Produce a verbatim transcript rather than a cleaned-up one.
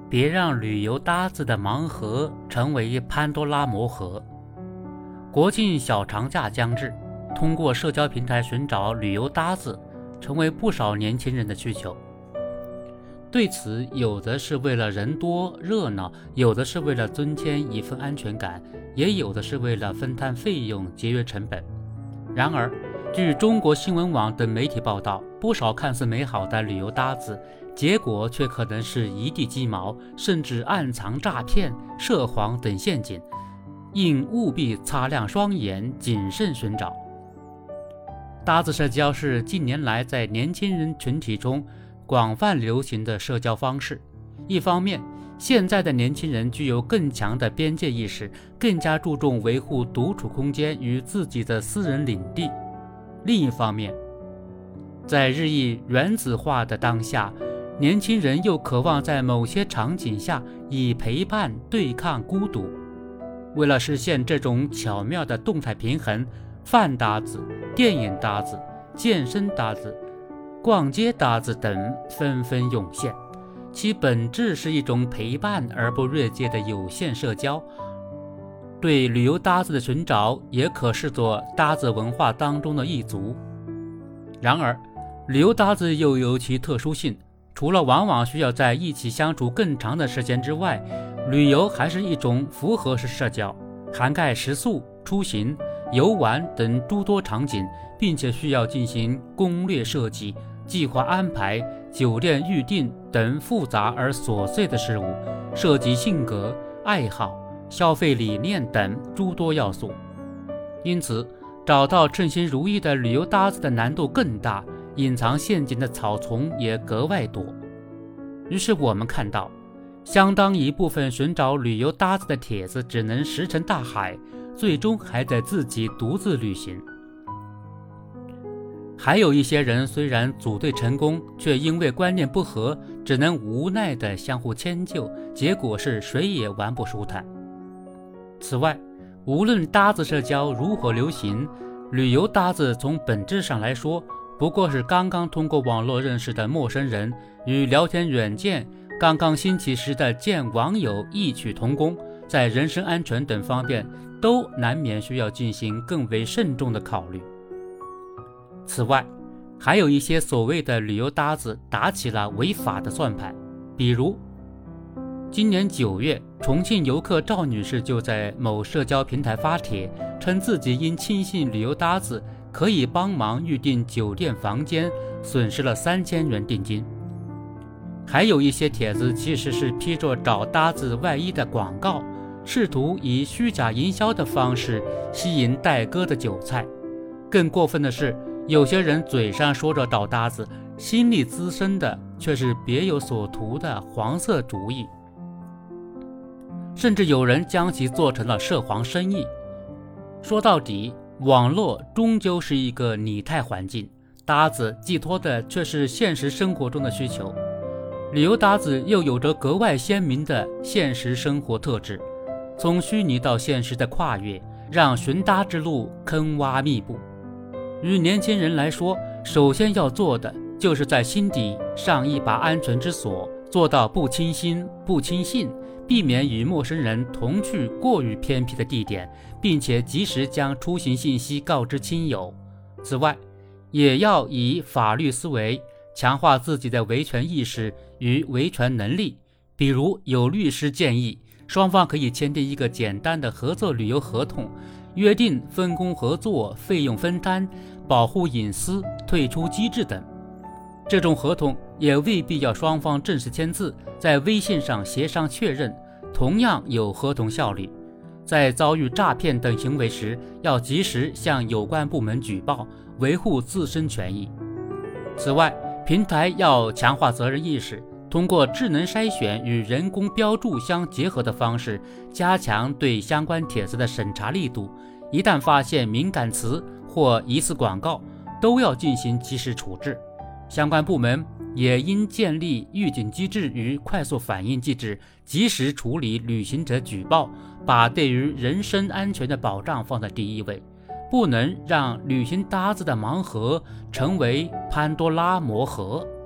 别让旅游搭子的盲盒成为潘多拉魔盒。国庆小长假将至，通过社交平台寻找旅游搭子，成为不少年轻人的需求。对此，有的是为了人多热闹，有的是为了增添一份安全感，也有的是为了分摊费用节约成本。然而，据中国新闻网等媒体报道，不少看似美好的旅游搭子，结果却可能是一地鸡毛，甚至暗藏诈骗、涉黄等陷阱，应务必擦亮双眼，谨慎寻找。搭子社交是近年来在年轻人群体中广泛流行的社交方式。一方面，现在的年轻人具有更强的边界意识，更加注重维护独处空间与自己的私人领地。另一方面，在日益原子化的当下，年轻人又渴望在某些场景下以陪伴对抗孤独。为了实现这种巧妙的动态平衡，饭搭子、电影搭子、健身搭子、逛街搭子等纷纷涌现，其本质是一种陪伴而不越界的有限社交。对旅游搭子的寻找也可视作搭子文化当中的一族。然而，旅游搭子又有其特殊性，除了往往需要在一起相处更长的时间之外，旅游还是一种复合式社交，涵盖食宿、出行、游玩等诸多场景，并且需要进行攻略设计、计划安排、酒店预订等复杂而琐碎的事物，涉及性格、爱好、消费理念等诸多要素。因此，找到称心如意的旅游搭子的难度更大，隐藏陷阱的草丛也格外多。于是我们看到，相当一部分寻找旅游搭子的帖子只能石沉大海，最终还得自己独自旅行。还有一些人虽然组队成功，却因为观念不合，只能无奈地相互迁就，结果是谁也玩不舒坦。此外，无论搭子社交如何流行，旅游搭子从本质上来说，不过是刚刚通过网络认识的陌生人，与聊天软件刚刚兴起时的见网友异曲同工，在人身安全等方面都难免需要进行更为慎重的考虑。此外，还有一些所谓的旅游搭子打起了违法的算盘，比如今年九月，重庆游客赵女士就在某社交平台发帖，称自己因轻信旅游搭子可以帮忙预订酒店房间，损失了三千元定金。还有一些帖子其实是披着找搭子外衣的广告，试图以虚假营销的方式吸引待割的韭菜。更过分的是，有些人嘴上说着找搭子，心里滋生的却是别有所图的黄色主义，甚至有人将其做成了涉黄生意。说到底，网络终究是一个拟态环境，搭子寄托的却是现实生活中的需求。旅游搭子又有着格外鲜明的现实生活特质，从虚拟到现实的跨越，让寻搭之路坑洼密布。与年轻人来说，首先要做的就是在心底上一把安全之锁，做到不轻心不轻信，避免与陌生人同去过于偏僻的地点，并且及时将出行信息告知亲友。此外，也要以法律思维强化自己的维权意识与维权能力。比如有律师建议，双方可以签订一个简单的合作旅游合同，约定分工合作、费用分担、保护隐私、退出机制等。这种合同也未必要双方正式签字，在微信上协商确认，同样有合同效力。在遭遇诈骗等行为时，要及时向有关部门举报，维护自身权益。此外，平台要强化责任意识，通过智能筛选与人工标注相结合的方式，加强对相关帖子的审查力度。一旦发现敏感词或疑似广告，都要进行及时处置。相关部门也应建立预警机制与快速反应机制，及时处理旅行者举报，把对于人身安全的保障放在第一位，不能让旅行搭子的盲盒成为潘多拉魔盒。